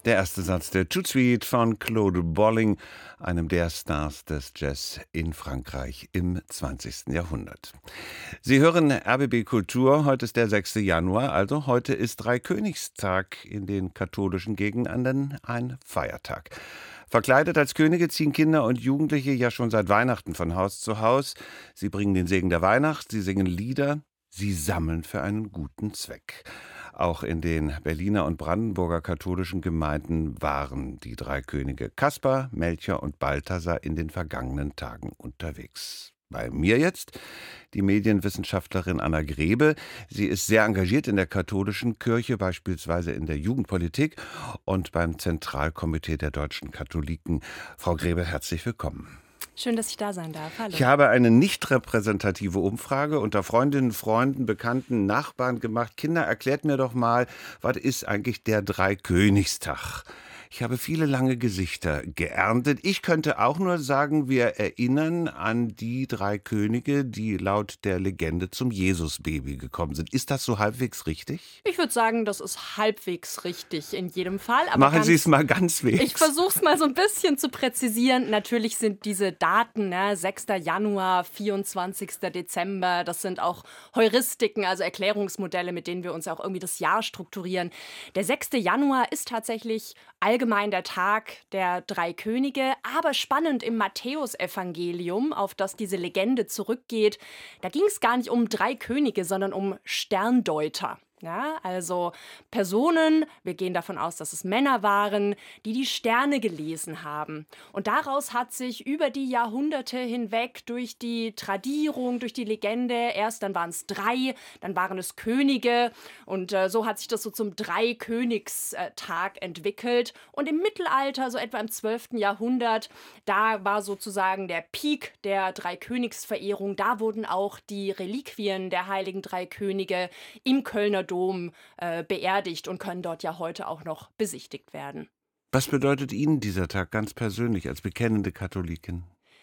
Der erste Satz der Toot Suite von Claude Bolling, einem der Stars des Jazz in Frankreich im 20. Jahrhundert. Sie hören RBB Kultur, heute ist der 6. Januar, also heute ist Dreikönigstag in den katholischen Gegenden, ein Feiertag. Verkleidet als Könige ziehen Kinder und Jugendliche ja schon seit Weihnachten von Haus zu Haus. Sie bringen den Segen der Weihnacht, sie singen Lieder, sie sammeln für einen guten Zweck. Auch in den Berliner und Brandenburger katholischen Gemeinden waren die drei Könige Kaspar, Melchior und Balthasar in den vergangenen Tagen unterwegs. Bei mir jetzt die Medienwissenschaftlerin Anna Grebe. Sie ist sehr engagiert in der katholischen Kirche, beispielsweise in der Jugendpolitik und beim Zentralkomitee der deutschen Katholiken. Frau Grebe, herzlich willkommen. Schön, dass ich da sein darf. Hallo. Ich habe eine nicht repräsentative Umfrage unter Freundinnen, Freunden, Bekannten, Nachbarn gemacht. Kinder, erklärt mir doch mal, was ist eigentlich der Dreikönigstag? Ich habe viele lange Gesichter geerntet. Ich könnte auch nur sagen, wir erinnern an die drei Könige, die laut der Legende zum Jesusbaby gekommen sind. Ist das so halbwegs richtig? Ich würde sagen, das ist halbwegs richtig in jedem Fall. Aber machen Sie es mal ganz wegs. Ich versuche es mal so ein bisschen zu präzisieren. Natürlich sind diese Daten, 6. Januar, 24. Dezember, das sind auch Heuristiken, also Erklärungsmodelle, mit denen wir uns auch irgendwie das Jahr strukturieren. Der 6. Januar ist tatsächlich allgemein der Tag der drei Könige, aber spannend im Matthäusevangelium, auf das diese Legende zurückgeht, da ging es gar nicht um drei Könige, sondern um Sterndeuter. Ja, also Personen, wir gehen davon aus, dass es Männer waren, die die Sterne gelesen haben. Und daraus hat sich über die Jahrhunderte hinweg durch die Tradierung, durch die Legende, dann waren es drei, dann waren es Könige und so hat sich das so zum Dreikönigstag entwickelt. Und im Mittelalter, so etwa im 12. Jahrhundert, da war sozusagen der Peak der Dreikönigsverehrung. Da wurden auch die Reliquien der heiligen drei Könige im Kölner Dom beerdigt und können dort ja heute auch noch besichtigt werden. Was bedeutet Ihnen dieser Tag ganz persönlich als bekennende Katholikin?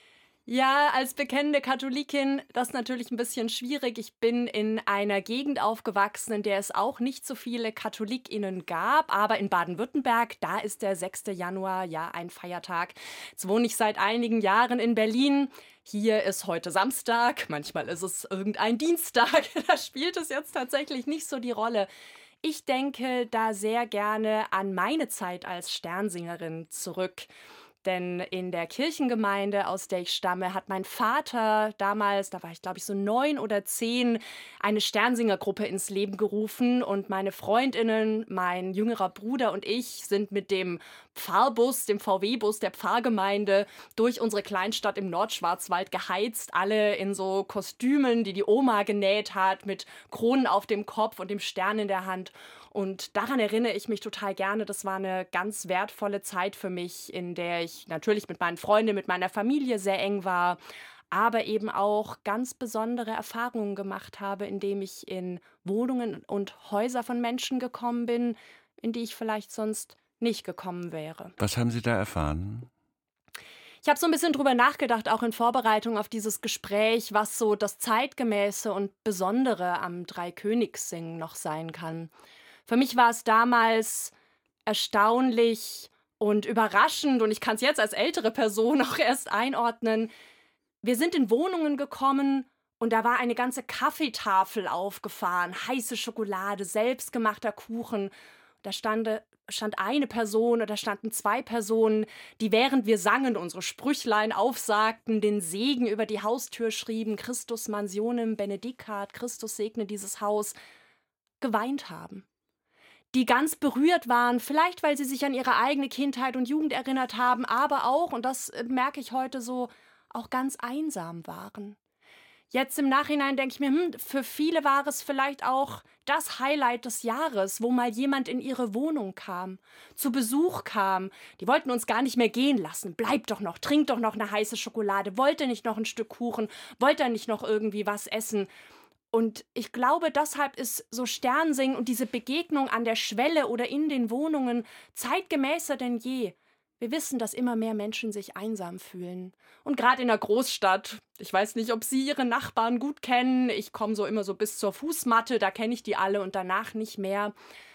Ja, als bekennende Katholikin, das ist natürlich ein bisschen schwierig. Ich bin in einer Gegend aufgewachsen, in der es auch nicht so viele KatholikInnen gab. Aber in Baden-Württemberg, da ist der 6. Januar ja ein Feiertag. Jetzt wohne ich seit einigen Jahren in Berlin. Hier ist heute Samstag, manchmal ist es irgendein Dienstag. Da spielt es jetzt tatsächlich nicht so die Rolle. Ich denke da sehr gerne an meine Zeit als Sternsingerin zurück. Denn in der Kirchengemeinde, aus der ich stamme, hat mein Vater damals, da war ich glaube ich so 9 oder 10, eine Sternsingergruppe ins Leben gerufen. Und meine Freundinnen, mein jüngerer Bruder und ich sind mit dem Pfarrbus, dem VW-Bus der Pfarrgemeinde durch unsere Kleinstadt im Nordschwarzwald geheizt. Alle in so Kostümen, die die Oma genäht hat, mit Kronen auf dem Kopf und dem Stern in der Hand. Und daran erinnere ich mich total gerne. Das war eine ganz wertvolle Zeit für mich, in der ich natürlich mit meinen Freunden, mit meiner Familie sehr eng war, aber eben auch ganz besondere Erfahrungen gemacht habe, indem ich in Wohnungen und Häuser von Menschen gekommen bin, in die ich vielleicht sonst nicht gekommen wäre. Was haben Sie da erfahren? Ich habe so ein bisschen drüber nachgedacht, auch in Vorbereitung auf dieses Gespräch, was so das Zeitgemäße und Besondere am Dreikönigssingen noch sein kann. Für mich war es damals erstaunlich und überraschend, und ich kann es jetzt als ältere Person auch erst einordnen. Wir sind in Wohnungen gekommen und da war eine ganze Kaffeetafel aufgefahren, heiße Schokolade, selbstgemachter Kuchen. Da stand eine Person oder standen zwei Personen, die, während wir sangen, unsere Sprüchlein aufsagten, den Segen über die Haustür schrieben, Christus mansionem benedicat, Christus segne dieses Haus, geweint haben. Die ganz berührt waren, vielleicht weil sie sich an ihre eigene Kindheit und Jugend erinnert haben, aber auch, und das merke ich heute so, auch ganz einsam waren. Jetzt im Nachhinein denke ich mir, für viele war es vielleicht auch das Highlight des Jahres, wo mal jemand in ihre Wohnung kam, zu Besuch kam. Die wollten uns gar nicht mehr gehen lassen. Bleib doch noch, trink doch noch eine heiße Schokolade, wollte nicht noch ein Stück Kuchen, wollte nicht noch irgendwie was essen. Und ich glaube, deshalb ist so Sternsingen und diese Begegnung an der Schwelle oder in den Wohnungen zeitgemäßer denn je. Wir wissen, dass immer mehr Menschen sich einsam fühlen. Und gerade in der Großstadt, ich weiß nicht, ob Sie Ihre Nachbarn gut kennen. Ich komme so immer so bis zur Fußmatte, da kenne ich die alle und danach nicht mehr.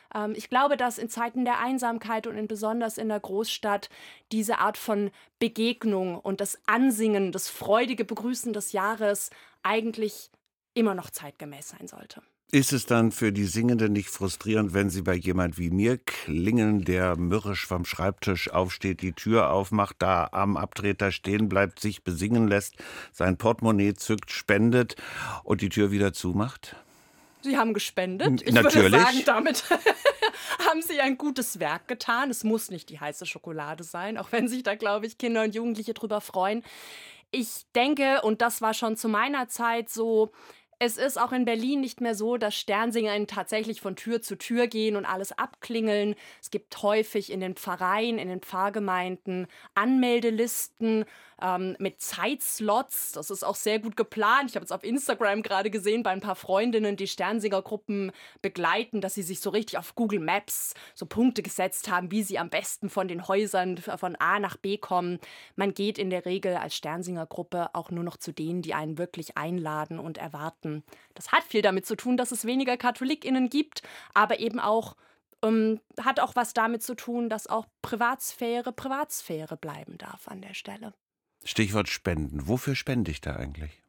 Ich glaube, dass in Zeiten der Einsamkeit und besonders in der Großstadt diese Art von Begegnung und das Ansingen, das freudige Begrüßen des Jahres eigentlich immer noch zeitgemäß sein sollte. Ist es dann für die Singenden nicht frustrierend, wenn sie bei jemand wie mir klingeln, der mürrisch vom Schreibtisch aufsteht, die Tür aufmacht, da am Abtreter stehen bleibt, sich besingen lässt, sein Portemonnaie zückt, spendet und die Tür wieder zumacht? Sie haben gespendet. Ich würde Natürlich. sagen, damit haben Sie ein gutes Werk getan. Es muss nicht die heiße Schokolade sein, auch wenn sich da, glaube ich, Kinder und Jugendliche drüber freuen. Ich denke, und das war schon zu meiner Zeit so, es ist auch in Berlin nicht mehr so, dass Sternsingerinnen tatsächlich von Tür zu Tür gehen und alles abklingeln. Es gibt häufig in den Pfarreien, in den Pfarrgemeinden Anmeldelisten mit Zeitslots. Das ist auch sehr gut geplant. Ich habe jetzt auf Instagram gerade gesehen bei ein paar Freundinnen, die Sternsingergruppen begleiten, dass sie sich so richtig auf Google Maps so Punkte gesetzt haben, wie sie am besten von den Häusern von A nach B kommen. Man geht in der Regel als Sternsingergruppe auch nur noch zu denen, die einen wirklich einladen und erwarten. Das hat viel damit zu tun, dass es weniger KatholikInnen gibt, aber eben auch hat auch was damit zu tun, dass auch Privatsphäre bleiben darf an der Stelle. Stichwort Spenden. Wofür spende ich da eigentlich?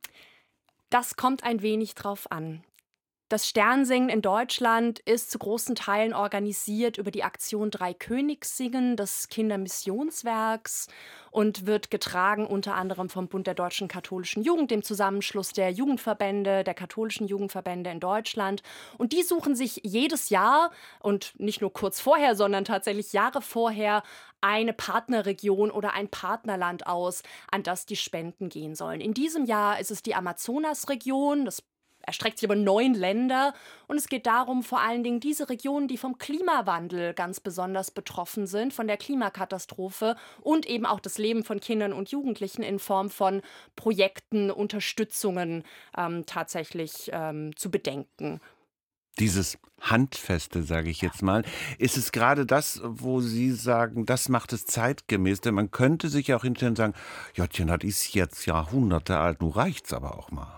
Das kommt ein wenig drauf an. Das Sternsingen in Deutschland ist zu großen Teilen organisiert über die Aktion Drei Königssingen des Kindermissionswerks und wird getragen unter anderem vom Bund der Deutschen Katholischen Jugend, dem Zusammenschluss der Jugendverbände, der katholischen Jugendverbände in Deutschland. Und die suchen sich jedes Jahr und nicht nur kurz vorher, sondern tatsächlich Jahre vorher eine Partnerregion oder ein Partnerland aus, an das die Spenden gehen sollen. In diesem Jahr ist es die Amazonasregion. Das erstreckt sich über 9 Länder und es geht darum, vor allen Dingen diese Regionen, die vom Klimawandel ganz besonders betroffen sind, von der Klimakatastrophe und eben auch das Leben von Kindern und Jugendlichen in Form von Projekten, Unterstützungen tatsächlich zu bedenken. Dieses Handfeste, sage ich jetzt mal, ist es gerade das, wo Sie sagen, das macht es zeitgemäß? Denn man könnte sich ja auch hinstellen und sagen, Jottchen, das ist jetzt Jahrhunderte alt, nun reicht's aber auch mal.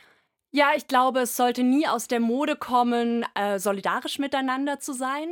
Ja, ich glaube, es sollte nie aus der Mode kommen, solidarisch miteinander zu sein.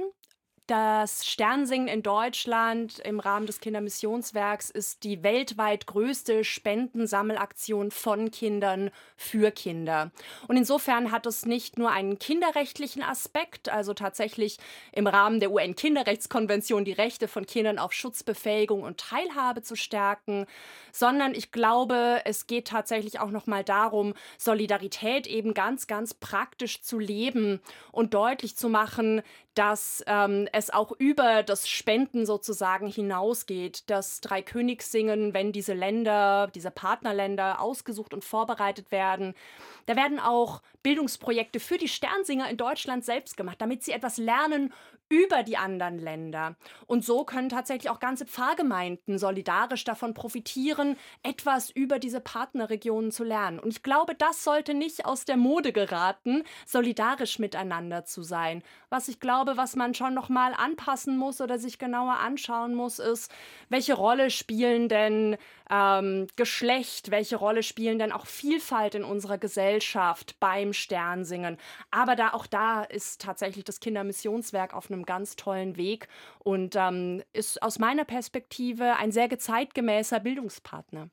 Das Sternsingen in Deutschland im Rahmen des Kindermissionswerks ist die weltweit größte Spendensammelaktion von Kindern für Kinder. Und insofern hat es nicht nur einen kinderrechtlichen Aspekt, also tatsächlich im Rahmen der UN-Kinderrechtskonvention die Rechte von Kindern auf Schutz, Befähigung und Teilhabe zu stärken, sondern ich glaube, es geht tatsächlich auch noch mal darum, Solidarität eben ganz, ganz praktisch zu leben und deutlich zu machen, dass es auch über das Spenden sozusagen hinausgeht. Das Dreikönigssingen, wenn diese Länder, diese Partnerländer ausgesucht und vorbereitet werden, da werden auch Bildungsprojekte für die Sternsinger in Deutschland selbst gemacht, damit sie etwas lernen über die anderen Länder. Und so können tatsächlich auch ganze Pfarrgemeinden solidarisch davon profitieren, etwas über diese Partnerregionen zu lernen. Und ich glaube, das sollte nicht aus der Mode geraten, solidarisch miteinander zu sein. Was ich glaube, was man schon noch mal anpassen muss oder sich genauer anschauen muss, ist, welche Rolle spielen denn Geschlecht, welche Rolle spielen denn auch Vielfalt in unserer Gesellschaft beim Sternsingen. Aber auch da ist tatsächlich das Kindermissionswerk auf einem ganz tollen Weg und ist aus meiner Perspektive ein sehr zeitgemäßer Bildungspartner.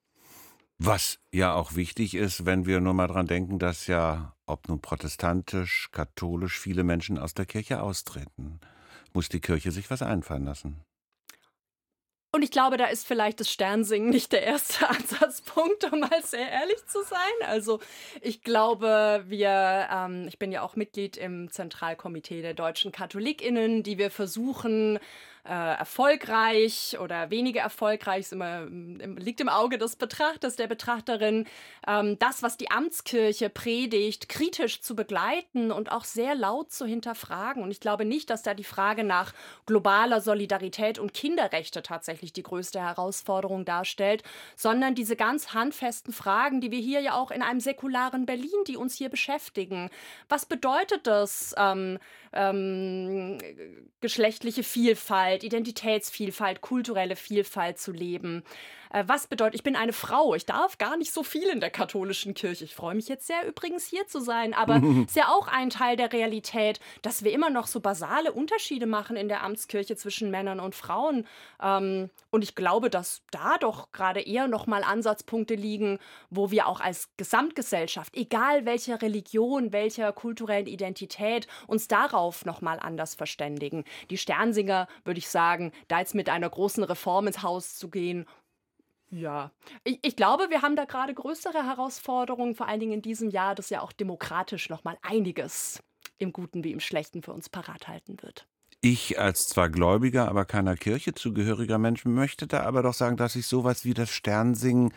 Was ja auch wichtig ist, wenn wir nur mal dran denken, dass ja, ob nun protestantisch, katholisch, viele Menschen aus der Kirche austreten. Muss die Kirche sich was einfallen lassen? Und ich glaube, da ist vielleicht das Sternsingen nicht der erste Ansatzpunkt, um mal sehr ehrlich zu sein. Also ich glaube, ich bin ja auch Mitglied im Zentralkomitee der deutschen KatholikInnen, die wir versuchen, erfolgreich oder weniger erfolgreich, liegt im Auge des Betrachters, der Betrachterin, das, was die Amtskirche predigt, kritisch zu begleiten und auch sehr laut zu hinterfragen. Und ich glaube nicht, dass da die Frage nach globaler Solidarität und Kinderrechte tatsächlich die größte Herausforderung darstellt, sondern diese ganz handfesten Fragen, die wir hier ja auch in einem säkularen Berlin, die uns hier beschäftigen. Was bedeutet das, geschlechtliche Vielfalt, Identitätsvielfalt, kulturelle Vielfalt zu leben? Was bedeutet, ich bin eine Frau, ich darf gar nicht so viel in der katholischen Kirche. Ich freue mich jetzt sehr übrigens hier zu sein, aber es ist ja auch ein Teil der Realität, dass wir immer noch so basale Unterschiede machen in der Amtskirche zwischen Männern und Frauen. Und ich glaube, dass da doch gerade eher noch mal Ansatzpunkte liegen, wo wir auch als Gesamtgesellschaft, egal welcher Religion, welcher kulturellen Identität, uns darauf noch mal anders verständigen. Die Sternsinger, würde ich sagen, da jetzt mit einer großen Reform ins Haus zu gehen, ja. Ich glaube, wir haben da gerade größere Herausforderungen, vor allen Dingen in diesem Jahr, das ja auch demokratisch noch mal einiges im Guten wie im Schlechten für uns parat halten wird. Ich als zwar gläubiger, aber keiner Kirche zugehöriger Mensch möchte da aber doch sagen, dass ich sowas wie das Sternsingen,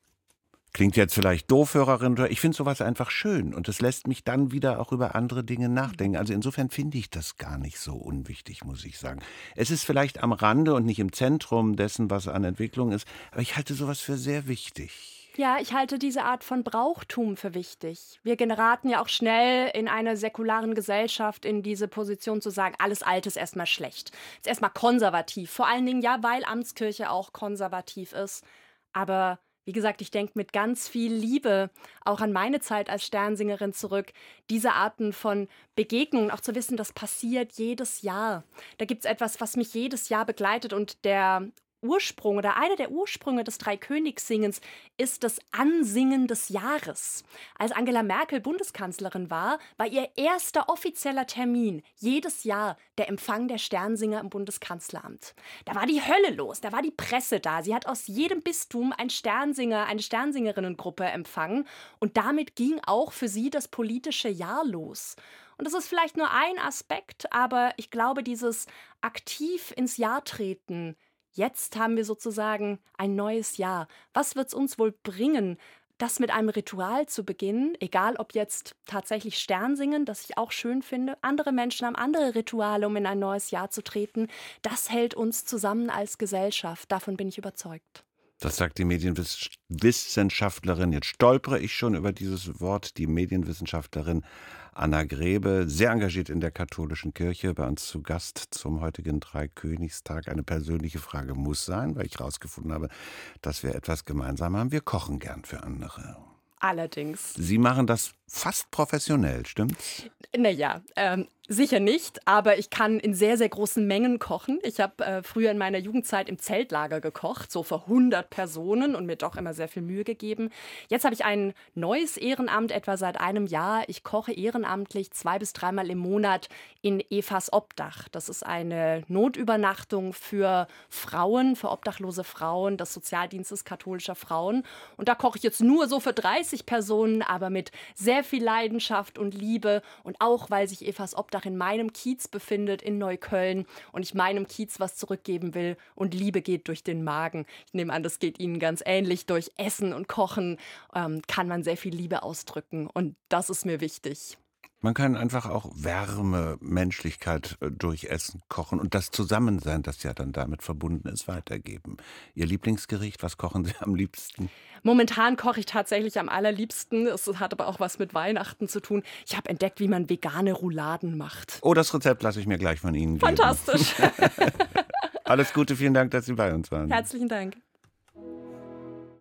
klingt jetzt vielleicht doof, Hörerin, oder ich finde sowas einfach schön und es lässt mich dann wieder auch über andere Dinge nachdenken. Also insofern finde ich das gar nicht so unwichtig, muss ich sagen. Es ist vielleicht am Rande und nicht im Zentrum dessen, was an Entwicklung ist, aber ich halte sowas für sehr wichtig. Ja, ich halte diese Art von Brauchtum für wichtig. Wir geraten ja auch schnell in einer säkularen Gesellschaft in diese Position zu sagen, alles Alte ist erstmal schlecht. Ist erstmal konservativ. Vor allen Dingen ja, weil Amtskirche auch konservativ ist. Aber wie gesagt, ich denke mit ganz viel Liebe auch an meine Zeit als Sternsingerin zurück. Diese Arten von Begegnungen, auch zu wissen, das passiert jedes Jahr. Da gibt es etwas, was mich jedes Jahr begleitet und der Ursprung oder einer der Ursprünge des Dreikönigssingens ist das Ansingen des Jahres. Als Angela Merkel Bundeskanzlerin war ihr erster offizieller Termin jedes Jahr der Empfang der Sternsinger im Bundeskanzleramt. Da war die Hölle los, da war die Presse da. Sie hat aus jedem Bistum einen Sternsinger, eine Sternsingerinnengruppe empfangen und damit ging auch für sie das politische Jahr los. Und das ist vielleicht nur ein Aspekt, aber ich glaube, dieses aktiv ins Jahr treten, jetzt haben wir sozusagen ein neues Jahr. Was wird es uns wohl bringen, das mit einem Ritual zu beginnen? Egal ob jetzt tatsächlich Sternsingen, das ich auch schön finde. Andere Menschen haben andere Rituale, um in ein neues Jahr zu treten. Das hält uns zusammen als Gesellschaft. Davon bin ich überzeugt. Das sagt die Medienwissenschaftlerin, jetzt stolpere ich schon über dieses Wort, die Medienwissenschaftlerin Anna Grebe, sehr engagiert in der katholischen Kirche, bei uns zu Gast zum heutigen Dreikönigstag. Eine persönliche Frage muss sein, weil ich herausgefunden habe, dass wir etwas gemeinsam haben. Wir kochen gern für andere. Allerdings. Sie machen das fast professionell, stimmt's? Naja, sicher nicht, aber ich kann in sehr, sehr großen Mengen kochen. Ich habe früher in meiner Jugendzeit im Zeltlager gekocht, so für 100 Personen und mir doch immer sehr viel Mühe gegeben. Jetzt habe ich ein neues Ehrenamt, etwa seit einem Jahr. Ich koche ehrenamtlich 2 bis 3 Mal im Monat in Evas Obdach. Das ist eine Notübernachtung für Frauen, für obdachlose Frauen des Sozialdienstes katholischer Frauen. Und da koche ich jetzt nur so für 30 Personen, aber mit sehr viel Leidenschaft und Liebe und auch, weil sich Evas Obdach in meinem Kiez befindet, in Neukölln und ich meinem Kiez was zurückgeben will und Liebe geht durch den Magen. Ich nehme an, das geht Ihnen ganz ähnlich. Durch Essen und Kochen kann man sehr viel Liebe ausdrücken und das ist mir wichtig. Man kann einfach auch Wärme, Menschlichkeit durch Essen kochen und das Zusammensein, das ja dann damit verbunden ist, weitergeben. Ihr Lieblingsgericht, was kochen Sie am liebsten? Momentan koche ich tatsächlich am allerliebsten. Es hat aber auch was mit Weihnachten zu tun. Ich habe entdeckt, wie man vegane Rouladen macht. Oh, das Rezept lasse ich mir gleich von Ihnen geben. Fantastisch. Alles Gute, vielen Dank, dass Sie bei uns waren. Herzlichen Dank.